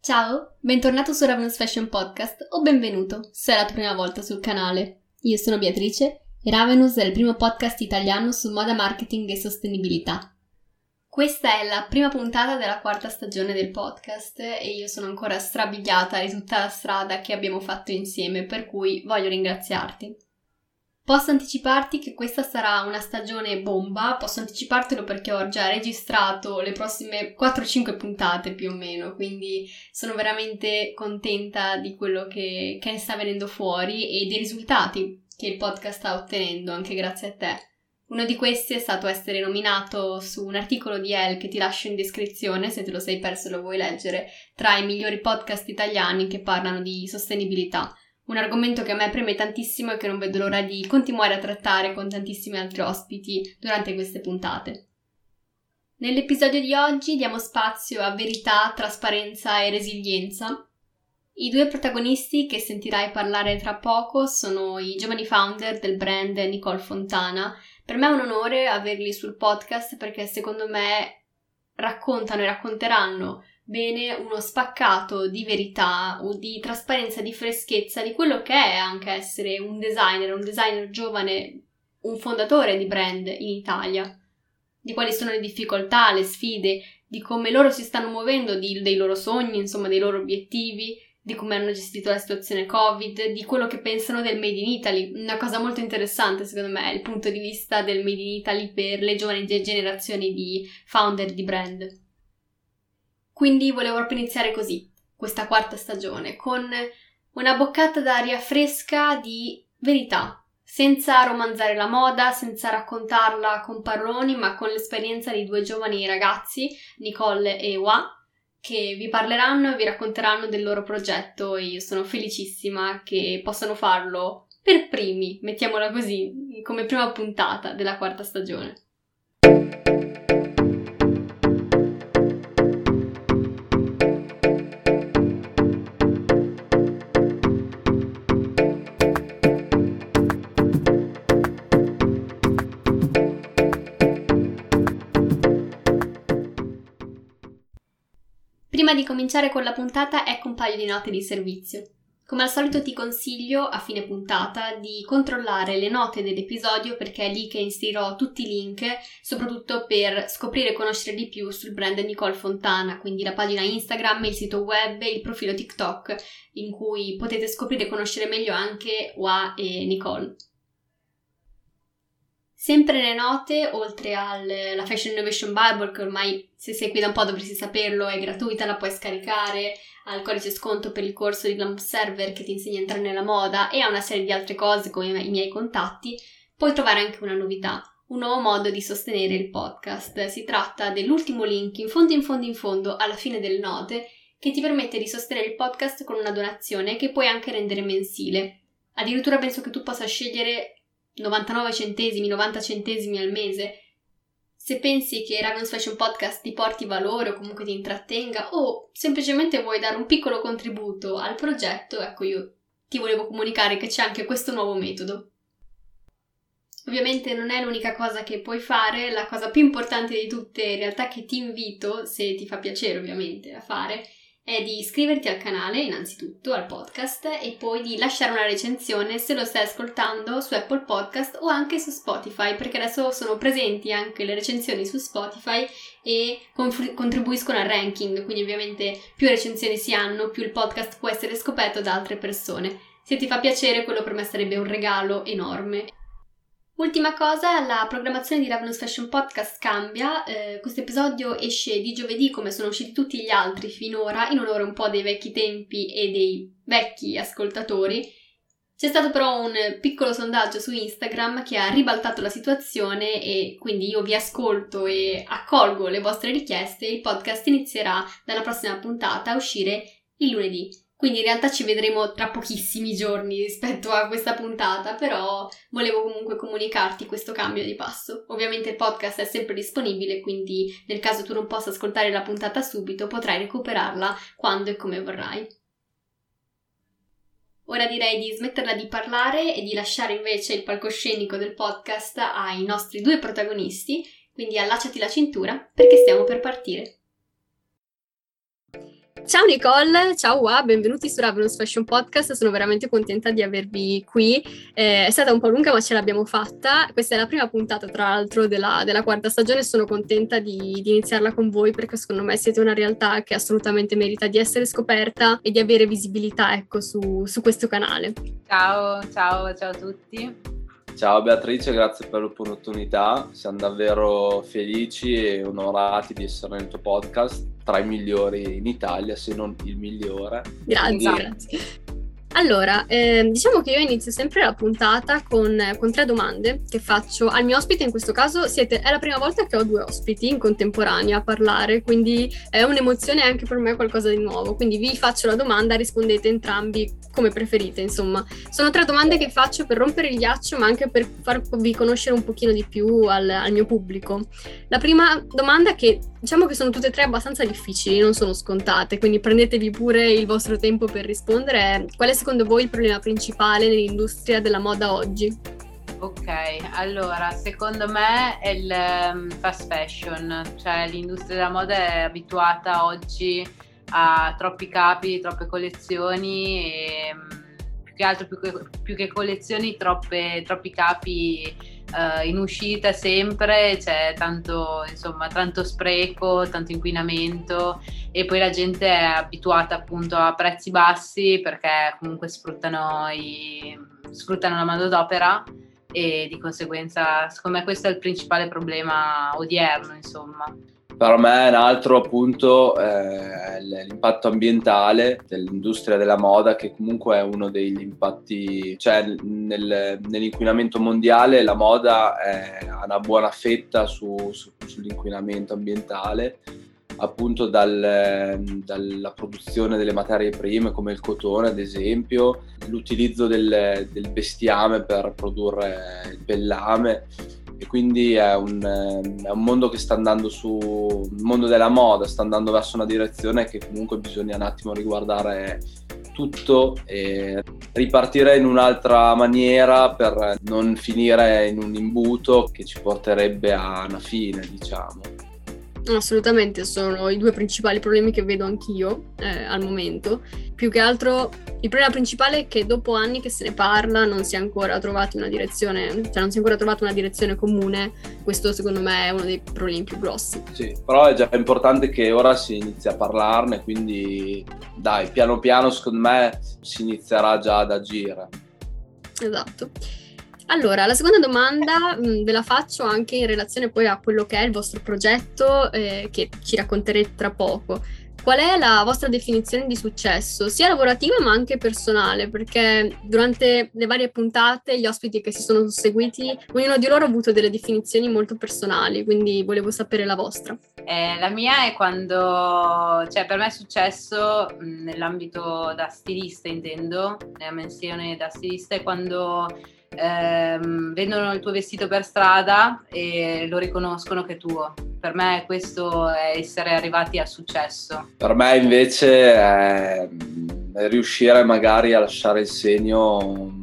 Ciao, bentornato su Ravenous Fashion Podcast o benvenuto se è la tua prima volta sul canale. Io sono Beatrice e Ravenous è il primo podcast italiano su moda, marketing e sostenibilità. Questa è la prima puntata della quarta stagione del podcast e io sono ancora strabiliata di tutta la strada che abbiamo fatto insieme, per cui voglio ringraziarti. Posso anticiparti che questa sarà una stagione bomba, posso anticipartelo perché ho già registrato le prossime 4-5 puntate più o meno, quindi sono veramente contenta di quello che ne sta venendo fuori e dei risultati che il podcast sta ottenendo anche grazie a te. Uno di questi è stato essere nominato su un articolo di Elle che ti lascio in descrizione se te lo sei perso e lo vuoi leggere, tra i migliori podcast italiani che parlano di sostenibilità. Un argomento che a me preme tantissimo e che non vedo l'ora di continuare a trattare con tantissimi altri ospiti durante queste puntate. Nell'episodio di oggi diamo spazio a verità, trasparenza e resilienza. I due protagonisti che sentirai parlare tra poco sono i giovani founder del brand Nicole Fontana. Per me è un onore averli sul podcast perché secondo me raccontano e racconteranno bene uno spaccato di verità o di trasparenza, di freschezza di quello che è anche essere un designer giovane, un fondatore di brand in Italia, di quali sono le difficoltà, le sfide, di come loro si stanno muovendo, dei loro sogni, insomma dei loro obiettivi, di come hanno gestito la situazione Covid, di quello che pensano del Made in Italy. Una cosa molto interessante secondo me è il punto di vista del Made in Italy per le giovani generazioni di founder di brand. Quindi volevo proprio iniziare così, questa quarta stagione, con una boccata d'aria fresca di verità, senza romanzare la moda, senza raccontarla con paroloni, ma con l'esperienza di due giovani ragazzi, Nicole e Wa, che vi parleranno e vi racconteranno del loro progetto e io sono felicissima che possano farlo per primi, mettiamola così, come prima puntata della quarta stagione. Prima di cominciare con la puntata, ecco un paio di note di servizio. Come al solito ti consiglio, a fine puntata, di controllare le note dell'episodio perché è lì che inserirò tutti i link, soprattutto per scoprire e conoscere di più sul brand Nicole Fontana, quindi la pagina Instagram, il sito web e il profilo TikTok, in cui potete scoprire e conoscere meglio anche Wa e Nicole. Sempre nelle note, oltre alla Fashion Innovation Bible, che ormai se segui da un po' dovresti saperlo, è gratuita, la puoi scaricare, ha il codice sconto per il corso di Glamour Server che ti insegna a entrare nella moda e ha una serie di altre cose come i miei contatti, puoi trovare anche una novità, un nuovo modo di sostenere il podcast. Si tratta dell'ultimo link in fondo alla fine delle note che ti permette di sostenere il podcast con una donazione che puoi anche rendere mensile. Addirittura penso che tu possa scegliere 99 centesimi, 90 centesimi al mese. Se pensi che Ravenous Fashion Podcast ti porti valore o comunque ti intrattenga o semplicemente vuoi dare un piccolo contributo al progetto, ecco io ti volevo comunicare che c'è anche questo nuovo metodo. Ovviamente non è l'unica cosa che puoi fare, la cosa più importante di tutte in realtà che ti invito, se ti fa piacere ovviamente, a fare è di iscriverti al canale, innanzitutto al podcast, e poi di lasciare una recensione se lo stai ascoltando su Apple Podcast o anche su Spotify, perché adesso sono presenti anche le recensioni su Spotify e contribuiscono al ranking, quindi ovviamente più recensioni si hanno, più il podcast può essere scoperto da altre persone. Se ti fa piacere, quello per me sarebbe un regalo enorme. Ultima cosa, la programmazione di Ravenous Fashion Podcast cambia, questo episodio esce di giovedì come sono usciti tutti gli altri finora, in onore un po' dei vecchi tempi e dei vecchi ascoltatori. C'è stato però un piccolo sondaggio su Instagram che ha ribaltato la situazione e quindi io vi ascolto e accolgo le vostre richieste e il podcast inizierà dalla prossima puntata a uscire il lunedì. Quindi in realtà ci vedremo tra pochissimi giorni rispetto a questa puntata, però volevo comunque comunicarti questo cambio di passo. Ovviamente il podcast è sempre disponibile, quindi nel caso tu non possa ascoltare la puntata subito, potrai recuperarla quando e come vorrai. Ora direi di smetterla di parlare e di lasciare invece il palcoscenico del podcast ai nostri due protagonisti, quindi allacciati la cintura perché stiamo per partire. Ciao Nicole, ciao Wa, benvenuti su Ravenous Fashion Podcast, sono veramente contenta di avervi qui, è stata un po' lunga ma ce l'abbiamo fatta, questa è la prima puntata tra l'altro della quarta stagione, sono contenta di iniziarla con voi perché secondo me siete una realtà che assolutamente merita di essere scoperta e di avere visibilità, ecco, su questo canale. Ciao a tutti. Ciao Beatrice, grazie per l'opportunità, siamo davvero felici e onorati di essere nel tuo podcast, tra i migliori in Italia, se non il migliore. Grazie. Allora, diciamo che io inizio sempre la puntata con 3 domande che faccio al mio ospite, in questo caso è la prima volta che ho 2 ospiti in contemporanea a parlare, quindi è un'emozione anche per me, qualcosa di nuovo, quindi vi faccio la domanda, rispondete entrambi come preferite, insomma. Sono 3 domande che faccio per rompere il ghiaccio, ma anche per farvi conoscere un pochino di più al mio pubblico. La prima domanda, che diciamo che sono tutte e 3 abbastanza difficili, non sono scontate, quindi prendetevi pure il vostro tempo per rispondere, è: qual è secondo voi il problema principale nell'industria della moda oggi? Ok, allora, secondo me è il fast fashion, cioè l'industria della moda è abituata oggi a troppi capi, troppe collezioni e più che altro, più che collezioni, troppi capi in uscita sempre, c'è tanto spreco, tanto inquinamento e poi la gente è abituata appunto a prezzi bassi perché comunque sfruttano la manodopera e di conseguenza secondo me questo è il principale problema odierno, insomma. Per me un altro appunto è l'impatto ambientale dell'industria della moda, che comunque è uno degli impatti, cioè nell'inquinamento mondiale la moda ha una buona fetta sull'inquinamento ambientale, appunto dalla produzione delle materie prime come il cotone ad esempio, l'utilizzo del bestiame per produrre il pellame. E quindi è un mondo che sta andando il mondo della moda sta andando verso una direzione che comunque bisogna un attimo riguardare tutto e ripartire in un'altra maniera per non finire in un imbuto che ci porterebbe a una fine, diciamo. Assolutamente, sono i 2 principali problemi che vedo anch'io al momento. Più che altro il problema principale è che dopo anni che se ne parla non si è ancora trovata una direzione, comune. Questo secondo me è uno dei problemi più grossi. Sì, però è già importante che ora si inizi a parlarne, quindi dai, piano piano secondo me si inizierà già ad agire. Esatto. Allora, la seconda domanda ve la faccio anche in relazione poi a quello che è il vostro progetto, che ci racconterete tra poco. Qual è la vostra definizione di successo, sia lavorativa ma anche personale? Perché durante le varie puntate, gli ospiti che si sono susseguiti, ognuno di loro ha avuto delle definizioni molto personali, quindi volevo sapere la vostra. La mia è quando, cioè per me è successo nell'ambito da stilista, intendo, nella mansione da stilista, è quando vedono il tuo vestito per strada e lo riconoscono che è tuo. Per me questo è essere arrivati al successo. Per me invece è riuscire magari a lasciare il segno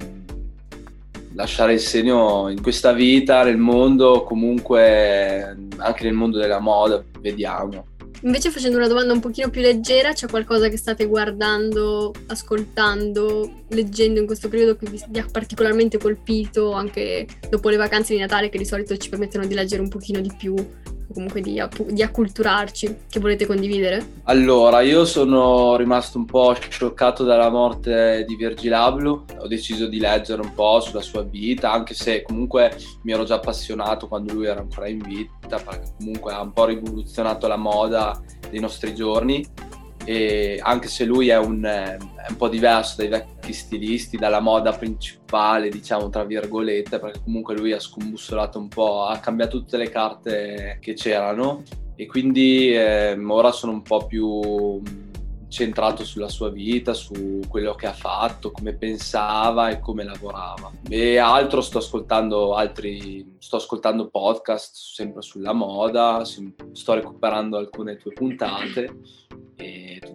in questa vita, nel mondo, comunque anche nel mondo della moda, vediamo. Invece, facendo una domanda un pochino più leggera, c'è qualcosa che state guardando, ascoltando, leggendo in questo periodo che vi ha particolarmente colpito, anche dopo le vacanze di Natale, che di solito ci permettono di leggere un pochino di più, o comunque di acculturarci, che volete condividere? Allora, io sono rimasto un po' scioccato dalla morte di Virgil Abloh, ho deciso di leggere un po' sulla sua vita, anche se comunque mi ero già appassionato quando lui era ancora in vita, perché comunque ha un po' rivoluzionato la moda dei nostri giorni, e anche se lui è un po' diverso dai vecchi stilisti, dalla moda principale, diciamo tra virgolette, perché comunque lui ha scombussolato un po', ha cambiato tutte le carte che c'erano, e quindi ora sono un po' più centrato sulla sua vita, su quello che ha fatto, come pensava e come lavorava. E altro sto ascoltando podcast sempre sulla moda, sto recuperando alcune tue puntate e tutto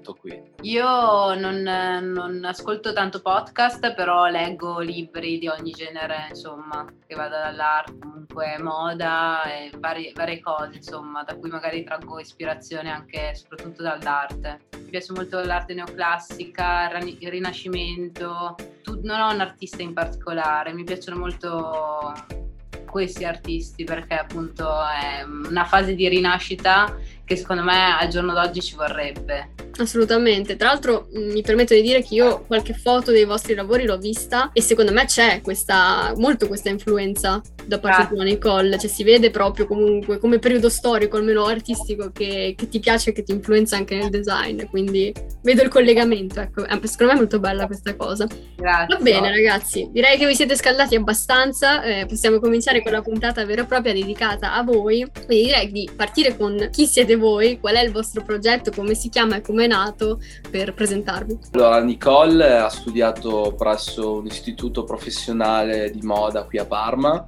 tutto qui. Io non ascolto tanto podcast, però leggo libri di ogni genere, insomma, che vada dall'arte, comunque moda e varie cose, insomma, da cui magari traggo ispirazione anche soprattutto dall'arte. Mi piace molto l'arte neoclassica, il Rinascimento, non ho un artista in particolare, mi piacciono molto questi artisti perché appunto è una fase di rinascita che secondo me al giorno d'oggi ci vorrebbe. Assolutamente, tra l'altro mi permetto di dire che io qualche foto dei vostri lavori l'ho vista e secondo me c'è molto questa influenza da parte di Nicole, cioè si vede proprio comunque come periodo storico, almeno artistico, che ti piace e che ti influenza anche nel design, quindi vedo il collegamento, ecco, secondo me è molto bella questa cosa. Grazie. Va bene ragazzi, direi che vi siete scaldati abbastanza, possiamo cominciare con la puntata vera e propria dedicata a voi, quindi direi di partire con chi siete voi, qual è il vostro progetto, come si chiama e come è nato, per presentarvi. Allora, Nicole ha studiato presso un istituto professionale di moda qui a Parma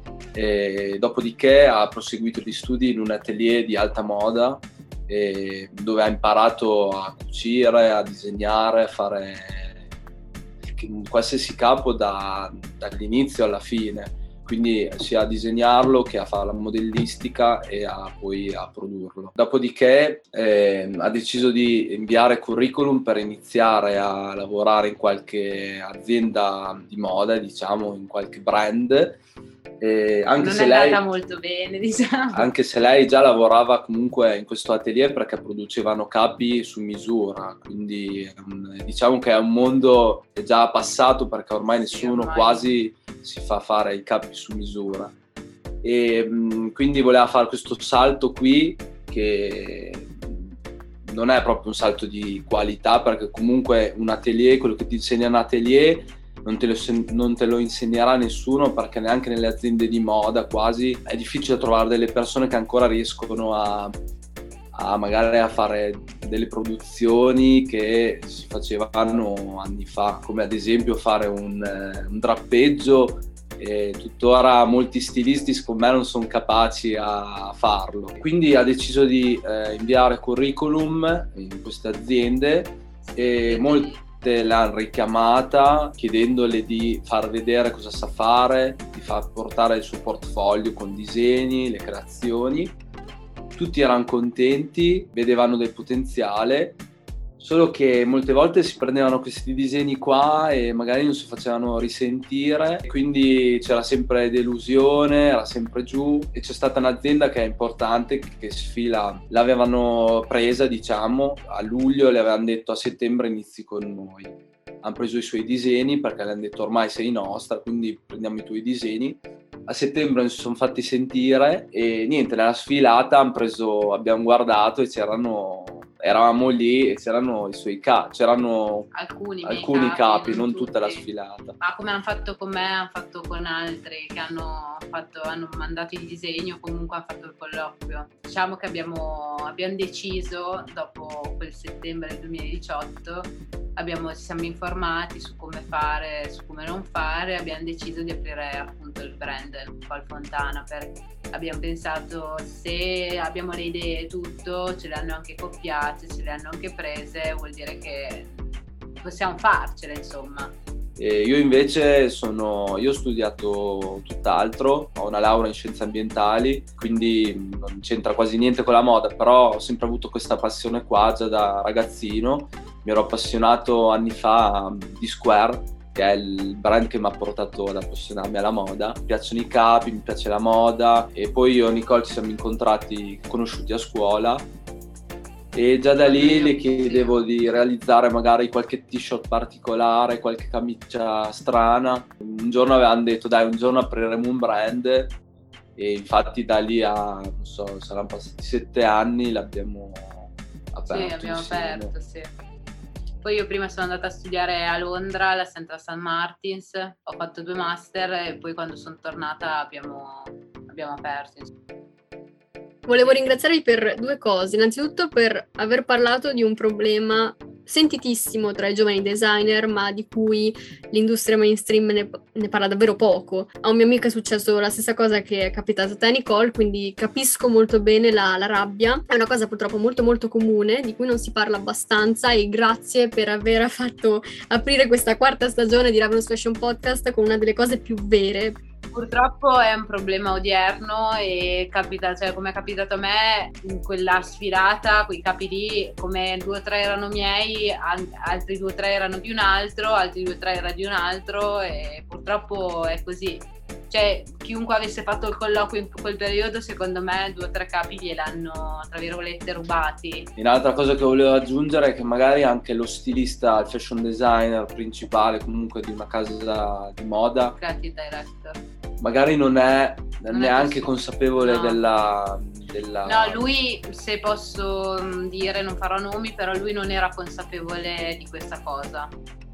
e dopodiché ha proseguito gli studi in un atelier di alta moda dove ha imparato a cucire, a disegnare, a fare qualsiasi capo dall'inizio alla fine. Quindi sia a disegnarlo che a fare la modellistica e poi a produrlo. Dopodiché ha deciso di inviare curriculum per iniziare a lavorare in qualche azienda di moda, diciamo, in qualche brand. Anche se lei è andata molto bene, diciamo. Anche se lei già lavorava comunque in questo atelier perché producevano capi su misura, quindi diciamo che è un mondo già passato perché ormai nessuno quasi si fa fare i capi su misura e quindi voleva fare questo salto qui che non è proprio un salto di qualità perché comunque un atelier, quello che ti insegna un atelier non te lo insegnerà nessuno perché neanche nelle aziende di moda quasi è difficile trovare delle persone che ancora riescono a magari a fare delle produzioni che si facevano anni fa, come ad esempio fare un drappeggio e tuttora molti stilisti secondo me non sono capaci a farlo. Quindi ha deciso di inviare curriculum in queste aziende e molte l'hanno richiamata chiedendole di far vedere cosa sa fare, di far portare il suo portfolio con disegni, le creazioni. Tutti erano contenti, vedevano del potenziale, solo che molte volte si prendevano questi disegni qua e magari non si facevano risentire, quindi c'era sempre delusione, era sempre giù e c'è stata un'azienda che è importante che sfila, l'avevano presa diciamo a luglio e le avevano detto a settembre inizi con noi. Hanno preso i suoi disegni perché le hanno detto ormai sei nostra, quindi prendiamo i tuoi disegni. A settembre non si sono fatti sentire e niente, nella sfilata abbiamo guardato e eravamo lì e c'erano i suoi capi, c'erano alcuni capi, non tutta la sfilata. Ma come hanno fatto con me, hanno fatto con altri che hanno mandato il disegno o comunque hanno fatto il colloquio. Diciamo che abbiamo deciso, dopo quel settembre del 2018, ci siamo informati su come fare, su come non fare, abbiamo deciso di aprire appunto il brand Fontana perché abbiamo pensato se abbiamo le idee e tutto, ce le hanno anche copiate, ce le hanno anche prese, vuol dire che possiamo farcele insomma. Io invece io ho studiato tutt'altro, ho una laurea in scienze ambientali, quindi non c'entra quasi niente con la moda, però ho sempre avuto questa passione qua già da ragazzino. Mi ero appassionato anni fa di Square, che è il brand che mi ha portato ad appassionarmi alla moda. Mi piacciono i capi, mi piace la moda e poi io e Nicole ci siamo conosciuti a scuola e già da lì le chiedevo di realizzare magari qualche t-shirt particolare, qualche camicia strana. Un giorno avevano detto dai, un giorno apriremo un brand e infatti da lì non so, saranno passati 7 anni, l'abbiamo aperto. Sì, abbiamo aperto, sì. Poi io prima sono andata a studiare a Londra, alla Central St. Martins, ho fatto 2 master e poi quando sono tornata abbiamo aperto. Volevo ringraziarvi per 2 cose. Innanzitutto per aver parlato di un problema sentitissimo tra i giovani designer, ma di cui l'industria mainstream ne parla davvero poco. A un mio amico è successo la stessa cosa che è capitato a te, Nicole, quindi capisco molto bene la rabbia. È una cosa purtroppo molto molto comune, di cui non si parla abbastanza, e grazie per aver fatto aprire questa quarta stagione di Ravenous Fashion Podcast con una delle cose più vere. Purtroppo è un problema odierno e capita, cioè come è capitato a me in quella sfilata, quei capi lì, come 2 o 3 erano miei, altri 2 o 3 erano di un altro, altri 2 o 3 era di un altro, e purtroppo è così. Cioè, chiunque avesse fatto il colloquio in quel periodo, secondo me 2 o 3 capi gliel'hanno, tra virgolette, rubati. Un'altra cosa che volevo aggiungere è che magari anche lo stilista, il fashion designer principale comunque di una casa di moda, Creative director, magari non è neanche così consapevole no. della... No, lui, se posso dire, non farò nomi, però lui non era consapevole di questa cosa.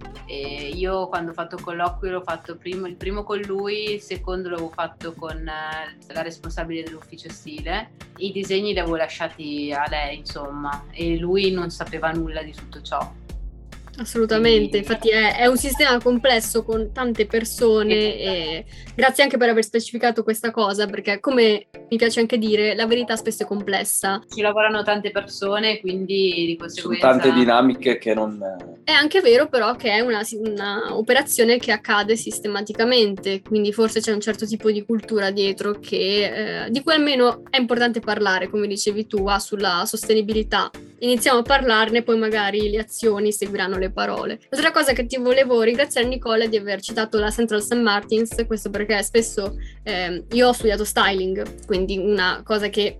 E io quando ho fatto il colloquio l'ho fatto il primo con lui, il secondo l'avevo fatto con la responsabile dell'ufficio stile. I disegni li avevo lasciati a lei, insomma, e lui non sapeva nulla di tutto ciò. Assolutamente, infatti è un sistema complesso con tante persone, e grazie anche per aver specificato questa cosa, perché come mi piace anche dire, la verità spesso è complessa. Ci lavorano tante persone, quindi di conseguenza... Sono tante dinamiche che non... È anche vero però che è una operazione che accade sistematicamente, quindi forse c'è un certo tipo di cultura dietro di cui almeno è importante parlare, come dicevi tu, sulla sostenibilità. Iniziamo a parlarne, poi magari le azioni seguiranno le parole. L'altra cosa che ti volevo ringraziare, Nicola, di aver citato la Central St. Martins, questo perché spesso io ho studiato styling, quindi una cosa che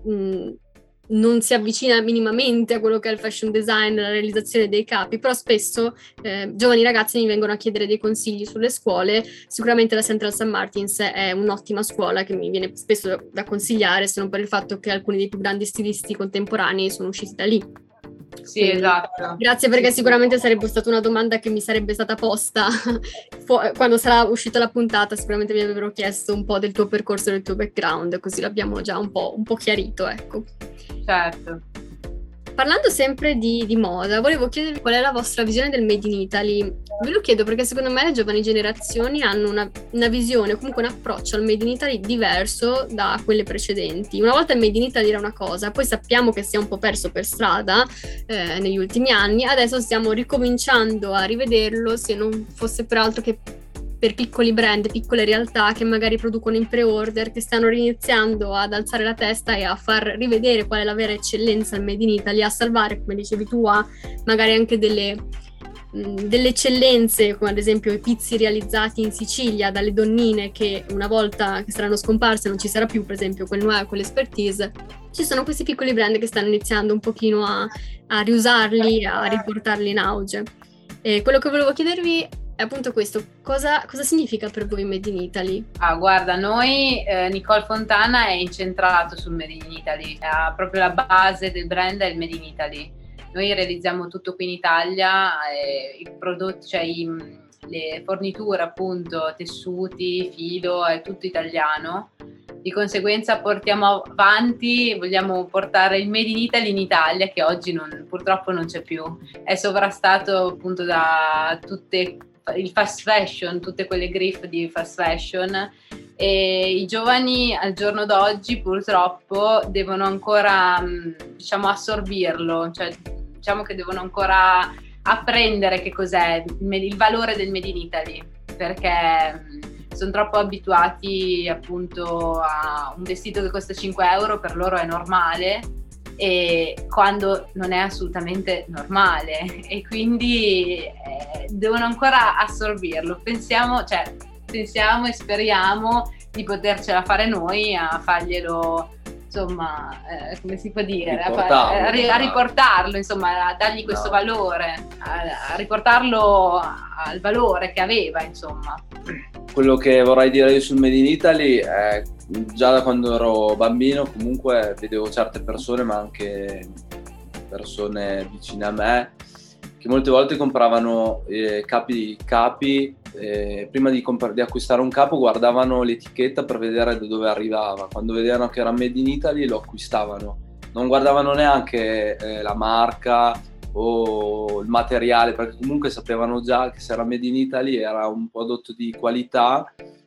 non si avvicina minimamente a quello che è il fashion design, la realizzazione dei capi, però spesso giovani ragazzi mi vengono a chiedere dei consigli sulle scuole. Sicuramente la Central St. Martins è un'ottima scuola che mi viene spesso da consigliare, se non per il fatto che alcuni dei più grandi stilisti contemporanei sono usciti da lì. Sì, Quindi, esatto. Grazie, perché sicuramente sarebbe stata una domanda che mi sarebbe stata posta quando sarà uscita la puntata. Sicuramente mi avrebbero chiesto un po' del tuo percorso e del tuo background, così l'abbiamo già un po' chiarito, ecco. Certo. Parlando sempre di moda, volevo chiedervi qual è la vostra visione del Made in Italy. Ve lo chiedo perché secondo me le giovani generazioni hanno una visione, comunque un approccio al Made in Italy diverso da quelle precedenti. Una volta il Made in Italy era una cosa, poi sappiamo che si è un po' perso per strada negli ultimi anni, adesso stiamo ricominciando a rivederlo, se non fosse per altro che per piccoli brand, piccole realtà che magari producono in pre-order, che stanno riniziando ad alzare la testa e a far rivedere qual è la vera eccellenza al Made in Italy, a salvare, come dicevi tu, magari anche delle eccellenze, come ad esempio i pizzi realizzati in Sicilia dalle donnine che una volta che saranno scomparse non ci sarà più, per esempio quel know-how, quell'expertise. Ci sono questi piccoli brand che stanno iniziando un pochino a riusarli, a riportarli in auge. E quello che volevo chiedervi è appunto questo: cosa significa per voi Made in Italy? Guarda, noi Nicole Fontana è incentrato sul Made in Italy, proprio la base del brand è il Made in Italy. Noi realizziamo tutto qui in Italia, i prodotti, cioè le forniture, appunto, tessuti, filo, è tutto italiano. Di conseguenza portiamo avanti, vogliamo portare il Made in Italy in Italia, che oggi purtroppo non c'è più. È sovrastato appunto da il fast fashion, tutte quelle griffe di fast fashion, e i giovani al giorno d'oggi purtroppo devono ancora assorbirlo, cioè diciamo che devono ancora apprendere che cos'è il valore del Made in Italy, perché sono troppo abituati appunto a un vestito che costa 5 euro, per loro è normale, e quando non è assolutamente normale, e quindi devono ancora assorbirlo. Pensiamo e speriamo di potercela fare noi a farglielo, insomma, come si può dire, a riportarlo, insomma, a dargli questo valore, a riportarlo al valore che aveva, insomma. Quello che vorrei dire io sul Made in Italy è già da quando ero bambino comunque vedevo certe persone, ma anche persone vicine a me, che molte volte compravano capi, prima di acquistare un capo guardavano l'etichetta per vedere da dove arrivava. Quando vedevano che era Made in Italy lo acquistavano, non guardavano neanche la marca o il materiale, perché comunque sapevano già che se era made in Italy era un prodotto di qualità.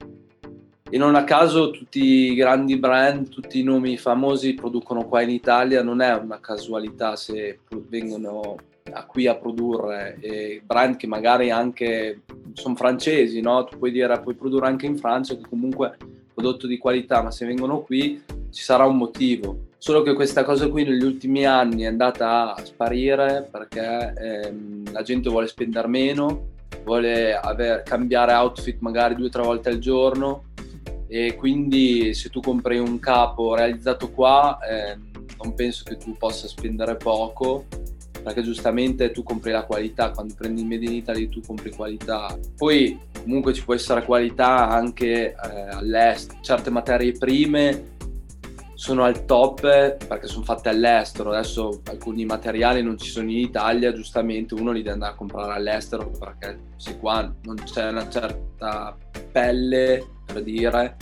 E non a caso tutti i grandi brand, tutti i nomi famosi producono qua in Italia, non è una casualità se vengono qui a produrre, e brand che magari anche sono francesi, no? Tu puoi produrre anche in Francia, che comunque prodotto di qualità, ma se vengono qui ci sarà un motivo. Solo che questa cosa qui negli ultimi anni è andata a sparire perché la gente vuole spendere meno, vuole cambiare outfit magari 2 o 3 volte al giorno, e quindi se tu compri un capo realizzato qua non penso che tu possa spendere poco, perché giustamente tu compri la qualità. Quando prendi il Made in Italy tu compri qualità. Poi comunque ci può essere qualità anche all'estero, certe materie prime sono al top perché sono fatte all'estero. Adesso alcuni materiali non ci sono in Italia, giustamente uno li deve andare a comprare all'estero, perché se qua non c'è una certa pelle, per dire,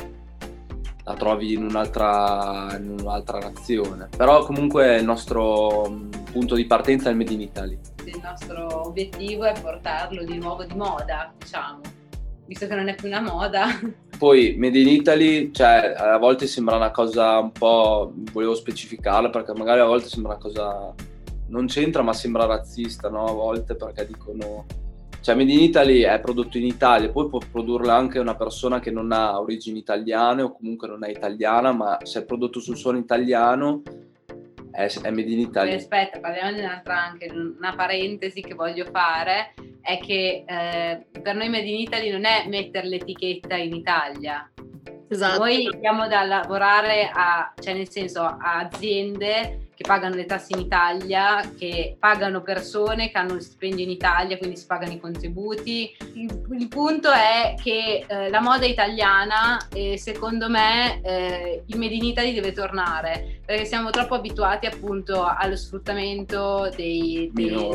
la trovi in un'altra nazione. Però comunque il nostro punto di partenza è il Made in Italy. Il nostro obiettivo è portarlo di nuovo di moda, diciamo, visto che non è più una moda. Poi Made in Italy, cioè a volte sembra una cosa un po', volevo specificarla perché magari a volte sembra una cosa, non c'entra ma sembra razzista, no? A volte, perché dicono, cioè Made in Italy è prodotto in Italia, poi può produrla anche una persona che non ha origini italiane o comunque non è italiana, ma se è prodotto sul suolo italiano è Made in Italy. Aspetta, parliamo di una parentesi che voglio fare, è che per noi Made in Italy non è mettere l'etichetta in Italia. Esatto. Noi abbiamo da lavorare cioè nel senso a aziende che pagano le tasse in Italia, che pagano persone che hanno il stipendio in Italia, quindi si pagano i contributi. Il punto è che la moda italiana, secondo me, il Made in Italy deve tornare, perché siamo troppo abituati appunto allo sfruttamento dei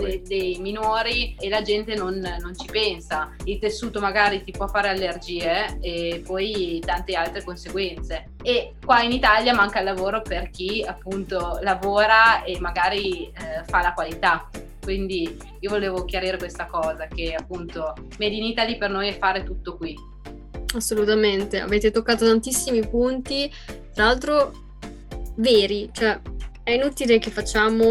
minori e la gente non ci pensa. Il tessuto magari ti può fare allergie e poi tante altre conseguenze. E qua in Italia manca il lavoro per chi appunto lavora e magari fa la qualità. Quindi io volevo chiarire questa cosa, che appunto Made in Italy per noi è fare tutto qui. Assolutamente, avete toccato tantissimi punti, tra l'altro veri, cioè è inutile che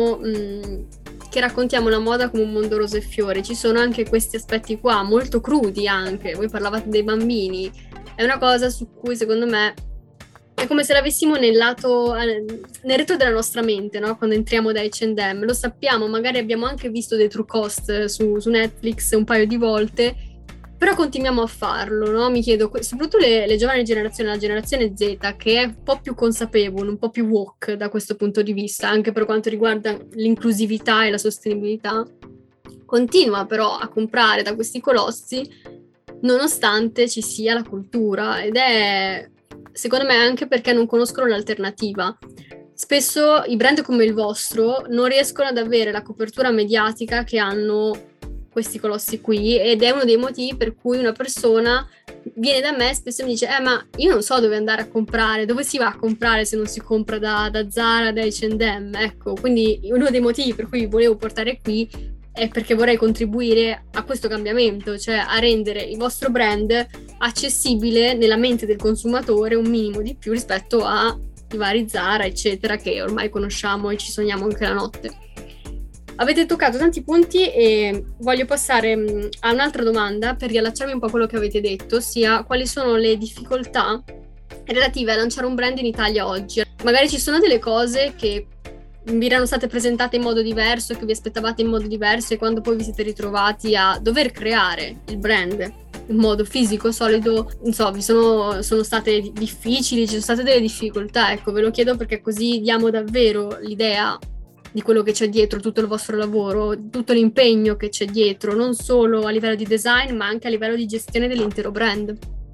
che raccontiamo la moda come un mondo rose e fiori, ci sono anche questi aspetti qua, molto crudi anche. Voi parlavate dei bambini, è una cosa su cui secondo me è come se l'avessimo nel retro della nostra mente, no? Quando entriamo da H&M, lo sappiamo, magari abbiamo anche visto dei True Cost su Netflix un paio di volte, però continuiamo a farlo, no? Mi chiedo, soprattutto le giovani generazioni, la generazione Z, che è un po' più consapevole, un po' più woke da questo punto di vista, anche per quanto riguarda l'inclusività e la sostenibilità, continua però a comprare da questi colossi nonostante ci sia la cultura, ed è secondo me anche perché non conoscono l'alternativa. Spesso i brand come il vostro non riescono ad avere la copertura mediatica che hanno questi colossi qui, ed è uno dei motivi per cui una persona viene da me spesso e mi dice ma io non so dove andare a comprare, dove si va a comprare se non si compra da Zara, da H&M, ecco. Quindi uno dei motivi per cui vi volevo portare qui è perché vorrei contribuire a questo cambiamento, cioè a rendere il vostro brand accessibile nella mente del consumatore un minimo di più rispetto ai vari Zara, eccetera, che ormai conosciamo e ci sogniamo anche la notte. Avete toccato tanti punti e voglio passare a un'altra domanda per riallacciarmi un po' a quello che avete detto, ossia quali sono le difficoltà relative a lanciare un brand in Italia oggi. Magari ci sono delle cose che vi erano state presentate in modo diverso, che vi aspettavate in modo diverso, e quando poi vi siete ritrovati a dover creare il brand in modo fisico, solido, non so, vi sono state difficili, ci sono state delle difficoltà, ecco, ve lo chiedo perché così diamo davvero l'idea di quello che c'è dietro tutto il vostro lavoro, tutto l'impegno che c'è dietro, non solo a livello di design ma anche a livello di gestione dell'intero brand.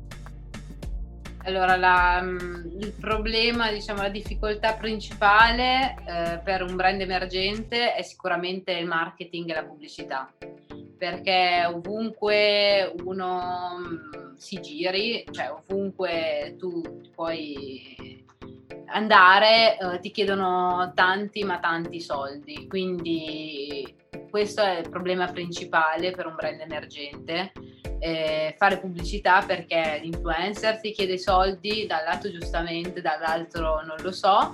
Allora, il problema, diciamo, la difficoltà principale per un brand emergente è sicuramente il marketing e la pubblicità, perché ovunque uno si giri, cioè ovunque tu puoi andare, ti chiedono tanti ma tanti soldi, quindi questo è il problema principale per un brand emergente, fare pubblicità, perché l'influencer ti chiede soldi, da un lato giustamente, dall'altro non lo so,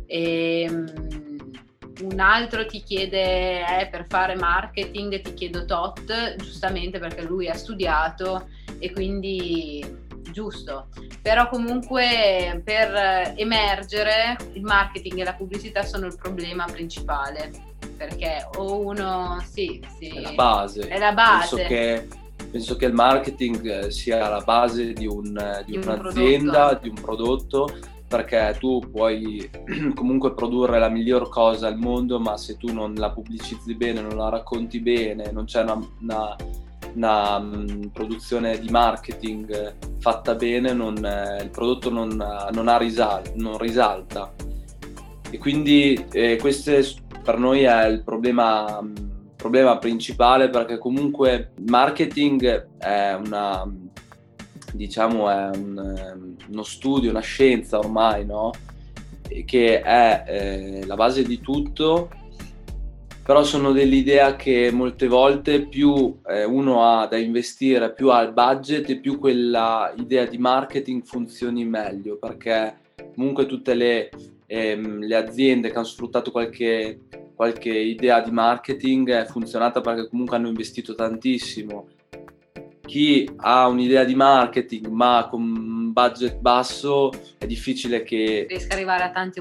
un altro ti chiede per fare marketing ti chiedo tot, giustamente perché lui ha studiato e quindi giusto, però comunque per emergere il marketing e la pubblicità sono il problema principale, perché o uno è la base. Penso che il marketing sia la base di un'azienda, di un prodotto, perché tu puoi comunque produrre la miglior cosa al mondo, ma se tu non la pubblicizzi bene, non la racconti bene, non c'è una produzione di marketing fatta bene, il prodotto non risalta. E quindi questo per noi è il problema principale, perché comunque il marketing è uno studio, una scienza ormai, no? Che è la base di tutto, però sono dell'idea che molte volte più uno ha da investire, più ha il budget e più quella idea di marketing funzioni meglio, perché comunque tutte le aziende che hanno sfruttato qualche idea di marketing è funzionata perché comunque hanno investito tantissimo. Chi ha un'idea di marketing ma con un budget basso è difficile che riesca ad arrivare a tanti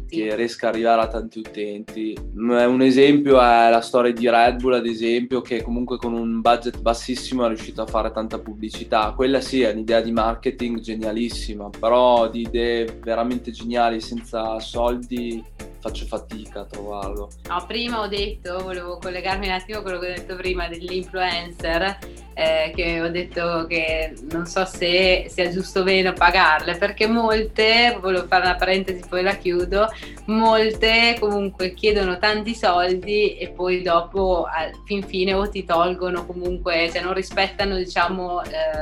utenti. Un esempio è la storia di Red Bull, ad esempio, che comunque con un budget bassissimo è riuscito a fare tanta pubblicità. Quella sì è un'idea di marketing genialissima, però di idee veramente geniali senza soldi faccio fatica a trovarlo. No, prima volevo collegarmi un attimo a quello che ho detto prima dell'influencer, che ho detto che non so se sia giusto o meno pagarle, perché molte, volevo fare una parentesi poi la chiudo, molte comunque chiedono tanti soldi e poi dopo fin fine o ti tolgono comunque, cioè non rispettano diciamo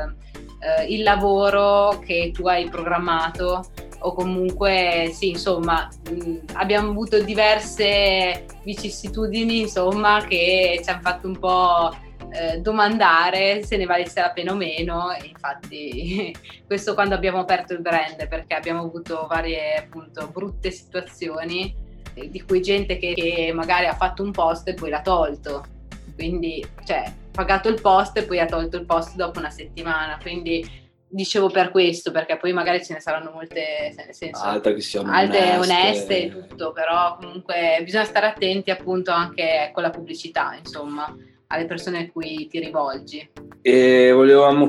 il lavoro che tu hai programmato, o comunque sì, insomma, abbiamo avuto diverse vicissitudini, insomma, che ci hanno fatto un po' domandare se ne valesse la pena o meno. E infatti questo quando abbiamo aperto il brand, perché abbiamo avuto varie appunto brutte situazioni di cui gente che magari ha fatto un post e poi l'ha tolto, quindi cioè pagato il post e poi ha tolto il post dopo una settimana, quindi dicevo per questo, perché poi magari ce ne saranno molte, nel senso altre che siano oneste e tutto, però comunque bisogna stare attenti appunto anche con la pubblicità, insomma, alle persone a cui ti rivolgi. E volevamo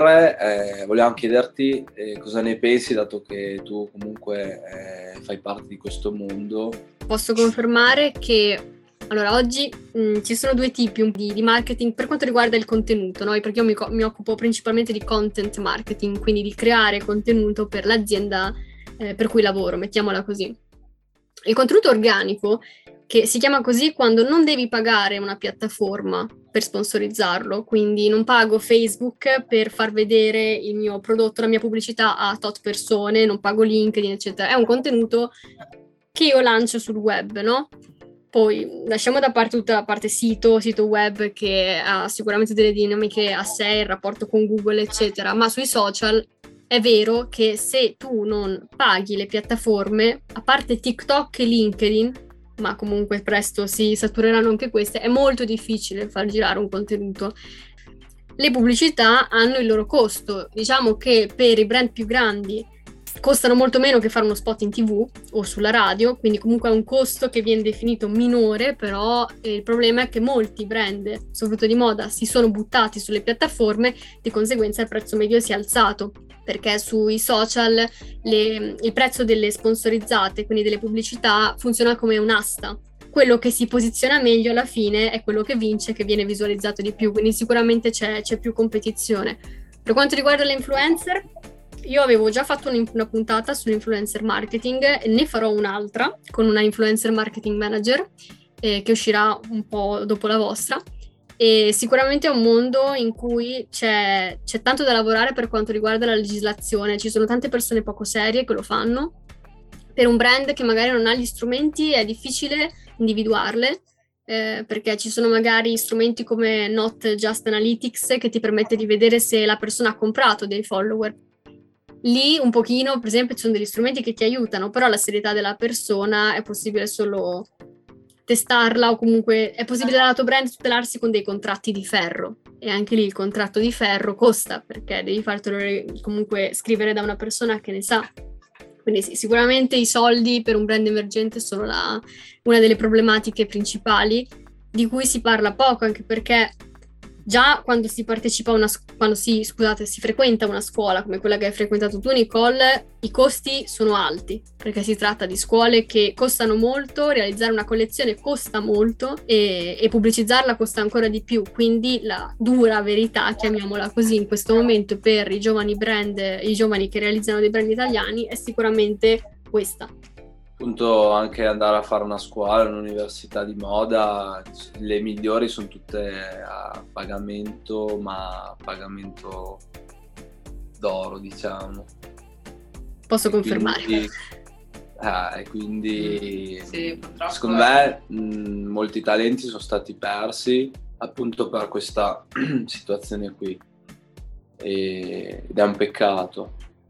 chiederti cosa ne pensi, dato che tu comunque fai parte di questo mondo. Posso confermare che allora oggi ci sono due tipi di marketing per quanto riguarda il contenuto, no? Perché io mi occupo principalmente di content marketing, quindi di creare contenuto per l'azienda per cui lavoro, mettiamola così. Il contenuto organico, che si chiama così quando non devi pagare una piattaforma per sponsorizzarlo, quindi non pago Facebook per far vedere il mio prodotto, la mia pubblicità a tot persone, non pago LinkedIn, eccetera. È un contenuto che io lancio sul web, no? Poi lasciamo da parte tutta la parte sito web, che ha sicuramente delle dinamiche a sé, il rapporto con Google, eccetera, ma sui social è vero che se tu non paghi le piattaforme, a parte TikTok e LinkedIn, ma comunque presto si satureranno anche queste, è molto difficile far girare un contenuto. Le pubblicità hanno il loro costo, diciamo che per i brand più grandi costano molto meno che fare uno spot in TV o sulla radio, quindi comunque è un costo che viene definito minore, però il problema è che molti brand, soprattutto di moda, si sono buttati sulle piattaforme, di conseguenza il prezzo medio si è alzato, perché sui social il prezzo delle sponsorizzate, quindi delle pubblicità, funziona come un'asta. Quello che si posiziona meglio alla fine è quello che vince, che viene visualizzato di più, quindi sicuramente c'è più competizione. Per quanto riguarda le influencer, io avevo già fatto una puntata sull'influencer marketing, ne farò un'altra con una influencer marketing manager che uscirà un po' dopo la vostra, e sicuramente è un mondo in cui c'è tanto da lavorare per quanto riguarda la legislazione, ci sono tante persone poco serie che lo fanno. Per un brand che magari non ha gli strumenti è difficile individuarle, perché ci sono magari strumenti come Not Just Analytics che ti permette di vedere se la persona ha comprato dei follower. Lì un pochino, per esempio, ci sono degli strumenti che ti aiutano, però la serietà della persona è possibile solo testarla, o comunque è possibile dal lato brand tutelarsi con dei contratti di ferro, e anche lì il contratto di ferro costa, perché devi fartelo comunque scrivere da una persona che ne sa. Quindi sì, sicuramente i soldi per un brand emergente sono una delle problematiche principali, di cui si parla poco, anche perché già quando si partecipa si frequenta una scuola come quella che hai frequentato tu, Nicole, i costi sono alti, perché si tratta di scuole che costano molto, realizzare una collezione costa molto e pubblicizzarla costa ancora di più, quindi la dura verità, chiamiamola così, in questo momento per i giovani che realizzano dei brand italiani è sicuramente questa. Appunto, anche andare a fare una scuola, un'università di moda, le migliori sono tutte a pagamento, ma pagamento d'oro, diciamo. Posso confermare. Quindi sì, secondo me molti talenti sono stati persi appunto per questa situazione qui, ed è un peccato.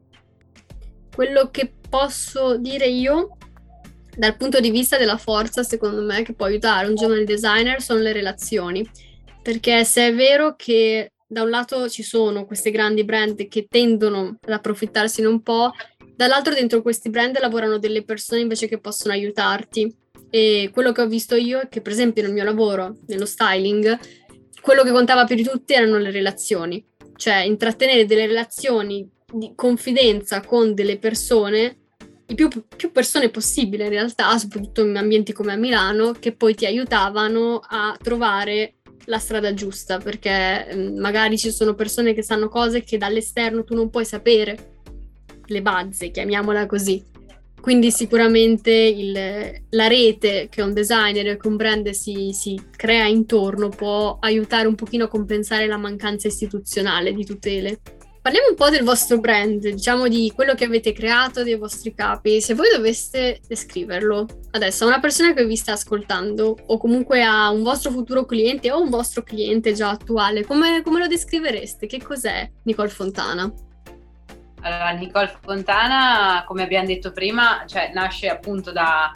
Quello che posso dire io, dal punto di vista della forza, secondo me, che può aiutare un giovane designer sono le relazioni, perché se è vero che da un lato ci sono questi grandi brand che tendono ad approfittarsene un po', dall'altro dentro questi brand lavorano delle persone invece che possono aiutarti, e quello che ho visto io è che, per esempio, nel mio lavoro, nello styling, quello che contava più di tutti erano le relazioni, cioè intrattenere delle relazioni di confidenza con delle persone, il più persone possibile in realtà, soprattutto in ambienti come a Milano, che poi ti aiutavano a trovare la strada giusta, perché magari ci sono persone che sanno cose che dall'esterno tu non puoi sapere, le bazze, chiamiamola così. Quindi sicuramente la rete che un designer e che un brand si crea intorno può aiutare un pochino a compensare la mancanza istituzionale di tutele. Parliamo un po' del vostro brand, diciamo di quello che avete creato, dei vostri capi. Se voi doveste descriverlo adesso a una persona che vi sta ascoltando, o comunque a un vostro futuro cliente o un vostro cliente già attuale, come lo descrivereste? Che cos'è Nicole Fontana? Allora, Nicole Fontana, come abbiamo detto prima, cioè, nasce appunto da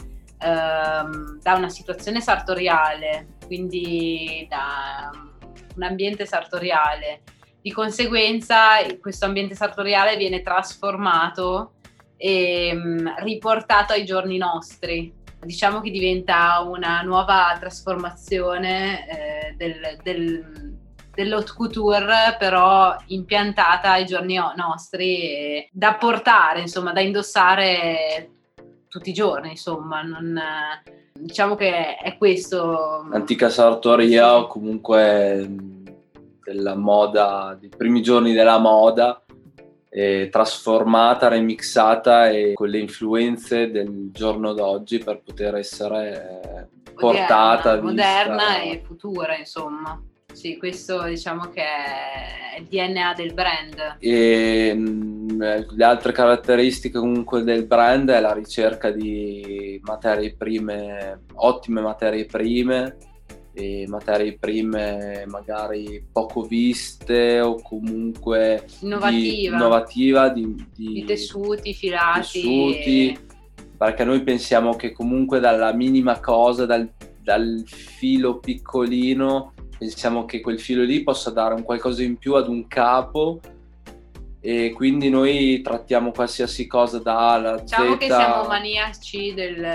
una situazione sartoriale, quindi da un ambiente sartoriale. Di conseguenza questo ambiente sartoriale viene trasformato e riportato ai giorni nostri. Diciamo che diventa una nuova trasformazione dell'haute couture, però impiantata ai giorni nostri, e da portare, insomma, da indossare tutti i giorni, insomma. Diciamo che è questo. Antica sartoria, o comunque della moda, dei primi giorni della moda, trasformata, remixata e con le influenze del giorno d'oggi per poter essere portata, moderna e futura, insomma. Sì, questo diciamo che è il DNA del brand. E le altre caratteristiche comunque del brand è la ricerca di materie prime, ottime materie prime, e materie prime magari poco viste o comunque innovativa di tessuti, filati, perché noi pensiamo che comunque dalla minima cosa, dal filo piccolino, pensiamo che quel filo lì possa dare un qualcosa in più ad un capo, e quindi noi trattiamo qualsiasi cosa da A alla Z. Diciamo che siamo maniaci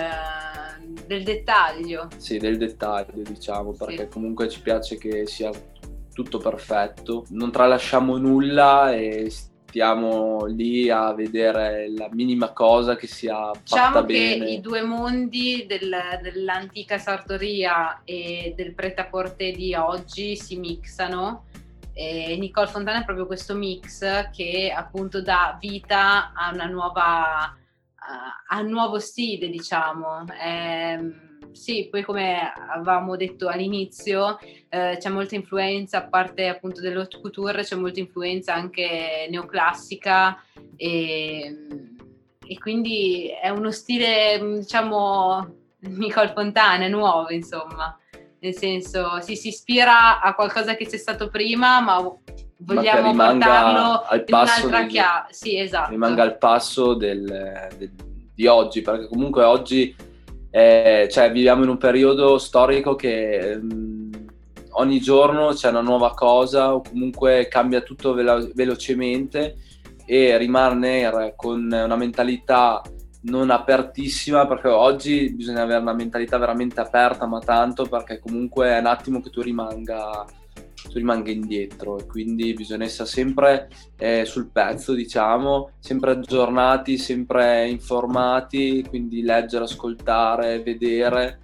del dettaglio. Sì, del dettaglio, diciamo, perché comunque ci piace che sia tutto perfetto. Non tralasciamo nulla e stiamo lì a vedere la minima cosa che sia fatta bene. Diciamo che i due mondi dell'antica sartoria e del prêt-à-porter di oggi si mixano, e Nicole Fontana è proprio questo mix che appunto dà vita a una nuova a un nuovo stile, diciamo. Sì, poi come avevamo detto all'inizio, c'è molta influenza, a parte appunto dell'haute couture, c'è molta influenza anche neoclassica, e quindi è uno stile, diciamo, Nicole Fontana, nuovo, insomma. nel senso si ispira a qualcosa che c'è stato prima, ma vogliamo che portarlo al passo in un'altra chiave. Sì, esatto. Rimanga al passo di oggi, perché comunque oggi cioè, viviamo in un periodo storico che ogni giorno c'è una nuova cosa o comunque cambia tutto velocemente, e rimanere con una mentalità non apertissima, perché oggi bisogna avere una mentalità veramente aperta, ma tanto, perché comunque è un attimo che tu rimanga indietro, e quindi bisogna essere sempre sul pezzo, diciamo, sempre aggiornati, sempre informati, quindi leggere, ascoltare, vedere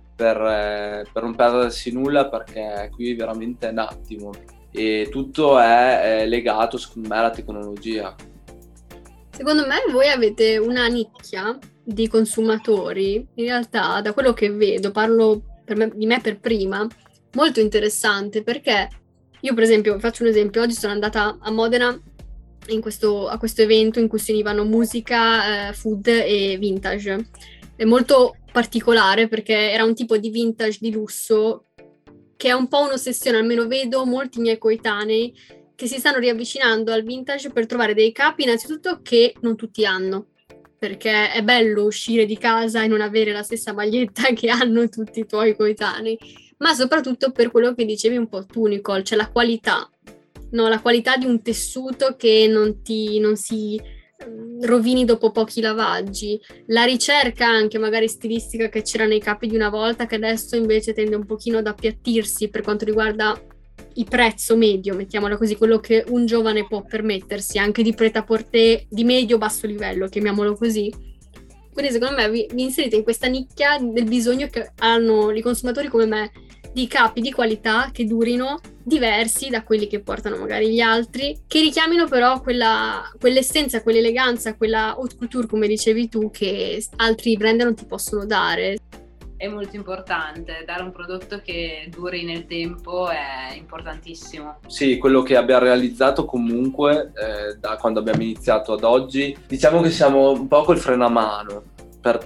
per non perdersi nulla, perché qui veramente è un attimo e tutto è legato, secondo me, alla tecnologia. Secondo me voi avete una nicchia di consumatori, in realtà da quello che vedo, parlo di me per prima, molto interessante, perché io per esempio, faccio un esempio, oggi sono andata a Modena a questo evento in cui si univano musica, food e vintage. È molto particolare perché era un tipo di vintage di lusso che è un po' un'ossessione, almeno vedo molti miei coetanei che si stanno riavvicinando al vintage per trovare dei capi innanzitutto che non tutti hanno, perché è bello uscire di casa e non avere la stessa maglietta che hanno tutti i tuoi coetanei, ma soprattutto per quello che dicevi un po' tu, Nicole, cioè la qualità, no? La qualità di un tessuto che non si rovini dopo pochi lavaggi, la ricerca anche magari stilistica che c'era nei capi di una volta, che adesso invece tende un pochino ad appiattirsi per quanto riguarda il prezzo medio, mettiamolo così, quello che un giovane può permettersi, anche di prêt-à-porter di medio-basso livello, chiamiamolo così. Quindi secondo me vi inserite in questa nicchia del bisogno che hanno i consumatori come me di capi di qualità che durino, diversi da quelli che portano magari gli altri, che richiamino però quell'essenza, quell'eleganza, quella haute couture, come dicevi tu, che altri brand non ti possono dare. È molto importante, dare un prodotto che duri nel tempo è importantissimo. Sì, quello che abbiamo realizzato comunque da quando abbiamo iniziato ad oggi, diciamo che siamo un po' col freno a mano per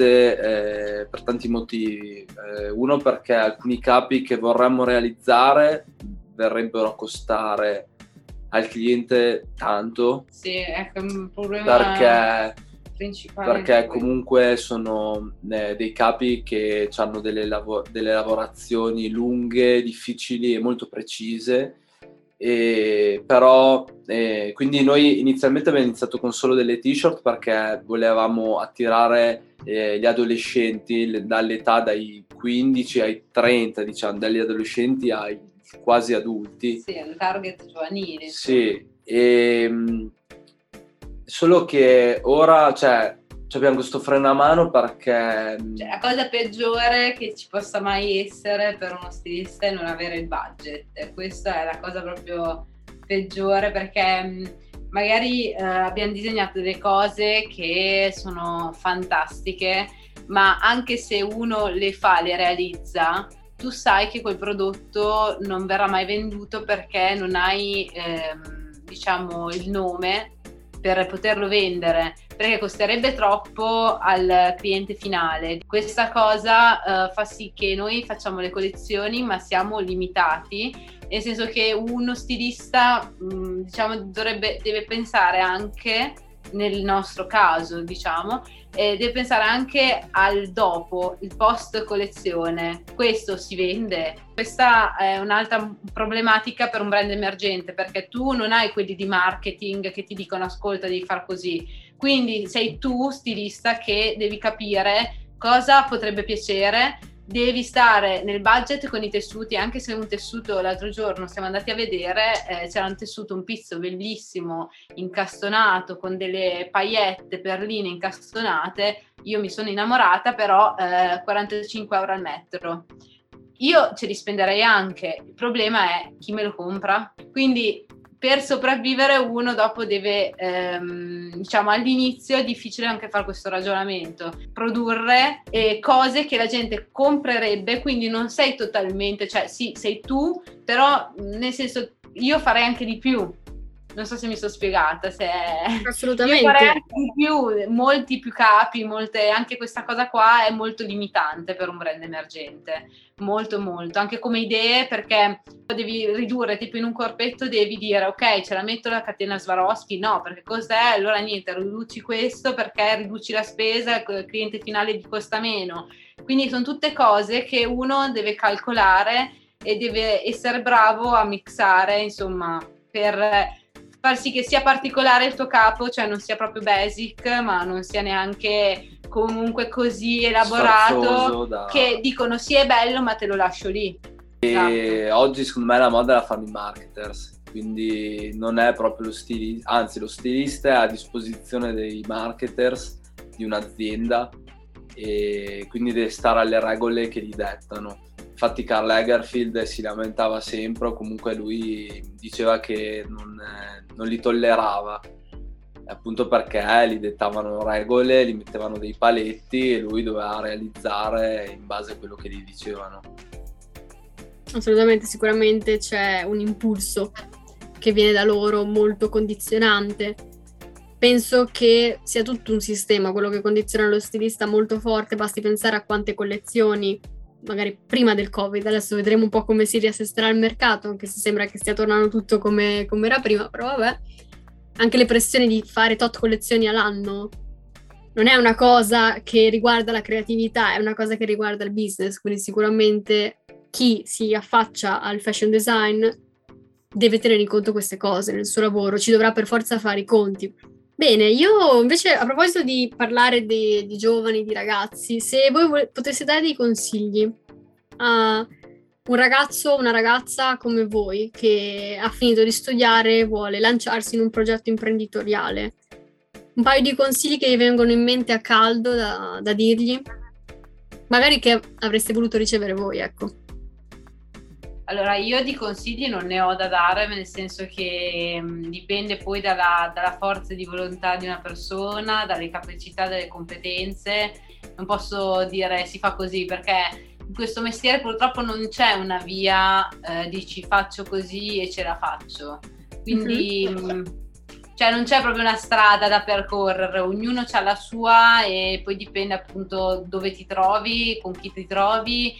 tanti motivi. Uno, perché alcuni capi che vorremmo realizzare verrebbero a costare al cliente tanto. Sì, è un problema perché comunque sono dei capi che hanno delle lavorazioni lunghe, difficili e molto precise, però quindi noi inizialmente abbiamo iniziato con solo delle t-shirt perché volevamo attirare gli adolescenti dall'età dai 15 ai 30, diciamo, dagli adolescenti ai quasi adulti. Sì, è un target giovanile. Sì, solo che ora abbiamo questo freno a mano perché la cosa peggiore che ci possa mai essere per uno stilista è non avere il budget. Questa è la cosa proprio peggiore, perché magari abbiamo disegnato delle cose che sono fantastiche, ma anche se uno le realizza, tu sai che quel prodotto non verrà mai venduto perché non hai diciamo il nome per poterlo vendere, perché costerebbe troppo al cliente finale. Questa cosa fa sì che noi facciamo le collezioni ma siamo limitati, nel senso che uno stilista diciamo deve pensare anche, nel nostro caso diciamo, deve pensare anche al dopo, il post collezione. Questo si vende. Questa è un'altra problematica per un brand emergente, perché tu non hai quelli di marketing che ti dicono ascolta, devi far così, quindi sei tu stilista che devi capire cosa potrebbe piacere, devi stare nel budget con i tessuti, anche se un tessuto, l'altro giorno siamo andati a vedere, c'era un tessuto, un pizzo bellissimo, incastonato, con delle paillette, perline incastonate, io mi sono innamorata, però 45 euro al metro. Io ce li spenderei anche, il problema è chi me lo compra, quindi per sopravvivere uno dopo deve, diciamo all'inizio è difficile anche fare questo ragionamento, produrre cose che la gente comprerebbe, quindi non sei totalmente, cioè sì, sei tu, però nel senso io farei anche di più, Non so se mi sono spiegata. Assolutamente. Io farei anche di più, molti più capi, anche questa cosa qua è molto limitante per un brand emergente, molto molto, anche come idee, perché devi ridurre, tipo in un corpetto devi dire ok, ce la metto la catena Swarovski, no, perché cos'è? Allora niente, riduci questo perché riduci la spesa, il cliente finale ti costa meno. Quindi sono tutte cose che uno deve calcolare e deve essere bravo a mixare, insomma, per far sì che sia particolare il tuo capo, cioè non sia proprio basic, ma non sia neanche comunque così elaborato che dicono sì è bello ma te lo lascio lì. E esatto. Oggi secondo me la moda la fanno i marketers, quindi non è proprio lo stilista, anzi lo stilista è a disposizione dei marketers di un'azienda e quindi deve stare alle regole che gli dettano. Infatti Karl Lagerfeld si lamentava sempre, o comunque lui diceva che non li tollerava, appunto perché gli dettavano regole, gli mettevano dei paletti e lui doveva realizzare in base a quello che gli dicevano. Assolutamente, sicuramente c'è un impulso che viene da loro molto condizionante. Penso che sia tutto un sistema, quello che condiziona lo stilista molto forte, basti pensare a quante collezioni magari prima del Covid, adesso vedremo un po' come si riassesterà il mercato, anche se sembra che stia tornando tutto come era prima, però vabbè, anche le pressioni di fare tot collezioni all'anno non è una cosa che riguarda la creatività, è una cosa che riguarda il business, quindi sicuramente chi si affaccia al fashion design deve tenere in conto queste cose nel suo lavoro, ci dovrà per forza fare i conti. Bene, io invece a proposito di parlare di giovani, di ragazzi, se voi poteste dare dei consigli a un ragazzo o una ragazza come voi che ha finito di studiare e vuole lanciarsi in un progetto imprenditoriale, un paio di consigli che vi vengono in mente a caldo da dirgli, magari che avreste voluto ricevere voi, ecco. Allora, io di consigli non ne ho da dare, nel senso che dipende poi dalla forza di volontà di una persona, dalle capacità, dalle competenze. Non posso dire si fa così, perché in questo mestiere purtroppo non c'è una via dici faccio così e ce la faccio. Quindi cioè non c'è proprio una strada da percorrere, ognuno ha la sua e poi dipende appunto dove ti trovi, con chi ti trovi,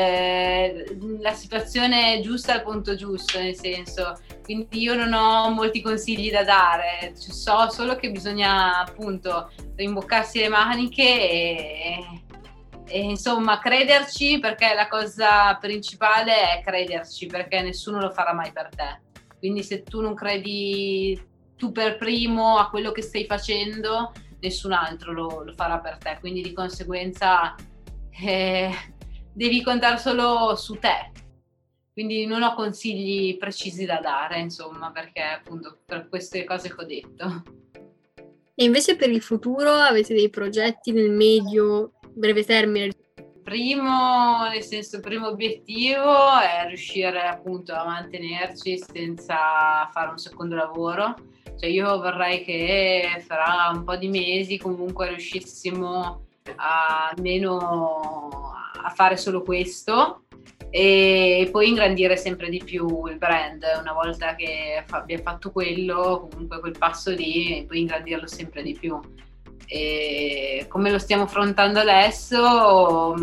la situazione giusta al punto giusto, nel senso. Quindi io non ho molti consigli da dare, so solo che bisogna appunto rimboccarsi le maniche e insomma crederci, perché la cosa principale è crederci, perché nessuno lo farà mai per te. Quindi se tu non credi tu per primo a quello che stai facendo, nessun altro lo farà per te, quindi di conseguenza devi contare solo su te. Quindi non ho consigli precisi da dare, insomma, perché appunto per queste cose che ho detto. E invece per il futuro avete dei progetti nel medio, breve termine? Nel senso, il primo obiettivo è riuscire appunto a mantenerci senza fare un secondo lavoro. Cioè io vorrei che fra un po' di mesi comunque riuscissimo almeno a fare solo questo e poi ingrandire sempre di più il brand. Una volta che abbiamo fatto quello, comunque quel passo lì, poi ingrandirlo sempre di più. E come lo stiamo affrontando adesso,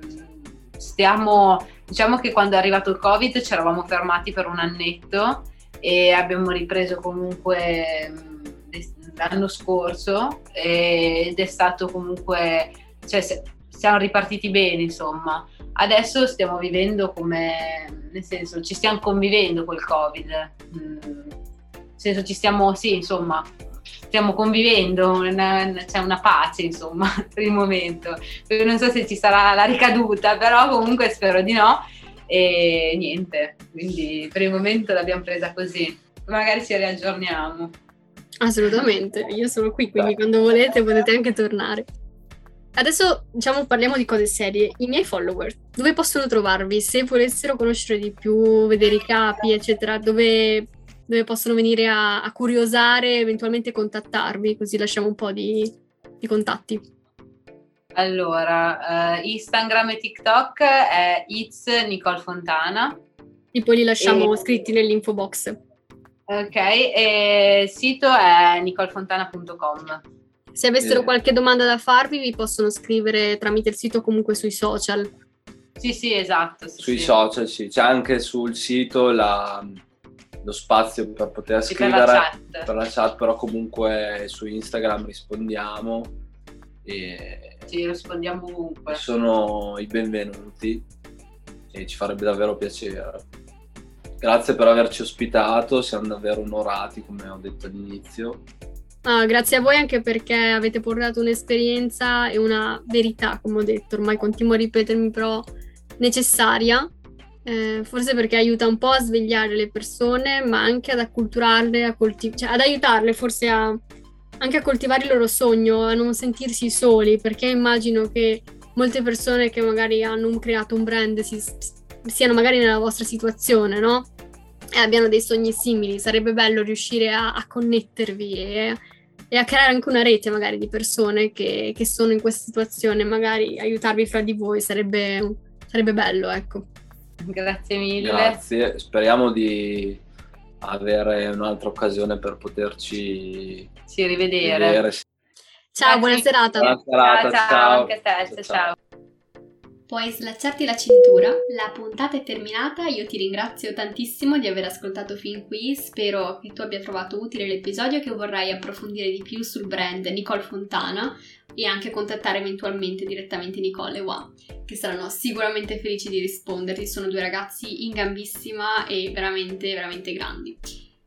diciamo che quando è arrivato il Covid ci eravamo fermati per un annetto e abbiamo ripreso comunque l'anno scorso ed è stato comunque, cioè siamo ripartiti bene, insomma. Adesso stiamo vivendo nel senso ci stiamo convivendo col Covid, nel senso stiamo convivendo, c'è una pace insomma per il momento. Non so se ci sarà la ricaduta, però comunque spero di no e niente, quindi per il momento l'abbiamo presa così, magari ci riaggiorniamo. Assolutamente, io sono qui, quindi quando volete potete anche tornare. Adesso parliamo di cose serie. I miei follower, dove possono trovarvi? Se volessero conoscere di più, vedere i capi, eccetera, dove possono venire a curiosare, eventualmente contattarvi, così lasciamo un po' di contatti. Allora, Instagram e TikTok è It's Nicole Fontana. E poi li lasciamo scritti nell'info box. Ok, e il sito è nicolefontana.com. Se avessero qualche domanda da farvi, vi possono scrivere tramite il sito o comunque sui social. Sì, esatto. Sui social, sì. C'è anche sul sito lo spazio per poter scrivere per la chat, però comunque su Instagram rispondiamo e sì, rispondiamo ovunque. Sono i benvenuti e ci farebbe davvero piacere. Grazie per averci ospitato, siamo davvero onorati, come ho detto all'inizio. Grazie a voi, anche perché avete portato un'esperienza e una verità, come ho detto, ormai continuo a ripetermi, però necessaria, forse perché aiuta un po' a svegliare le persone, ma anche ad acculturarle, ad aiutarle forse anche a coltivare il loro sogno, a non sentirsi soli, perché immagino che molte persone che magari hanno creato un brand siano magari nella vostra situazione, no? E abbiano dei sogni simili. Sarebbe bello riuscire a connettervi e a creare anche una rete magari di persone che sono in questa situazione, magari aiutarvi fra di voi sarebbe bello, ecco. Grazie mille. Grazie, speriamo di avere un'altra occasione per poterci rivedere. Ciao, buona serata. Buona serata, ciao. Anche a te, ciao. Puoi slacciarti la cintura, la puntata è terminata, io ti ringrazio tantissimo di aver ascoltato fin qui, spero che tu abbia trovato utile l'episodio, che vorrai approfondire di più sul brand Nicole Fontana e anche contattare eventualmente direttamente Nicole e Wa, che saranno sicuramente felici di risponderti. Sono due ragazzi in gambissima e veramente, veramente grandi.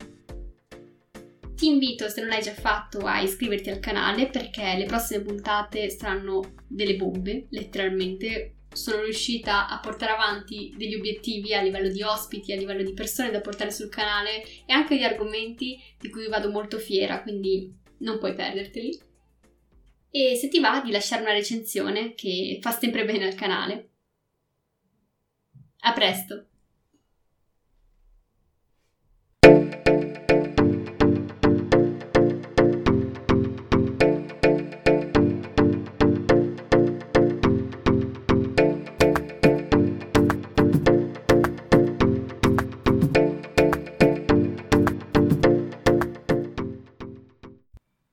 Ti invito, se non l'hai già fatto, a iscriverti al canale, perché le prossime puntate saranno delle bombe, letteralmente. Sono riuscita a portare avanti degli obiettivi a livello di ospiti, a livello di persone da portare sul canale e anche di argomenti di cui vado molto fiera, quindi non puoi perderteli. E se ti va di lasciare una recensione, che fa sempre bene al canale. A presto!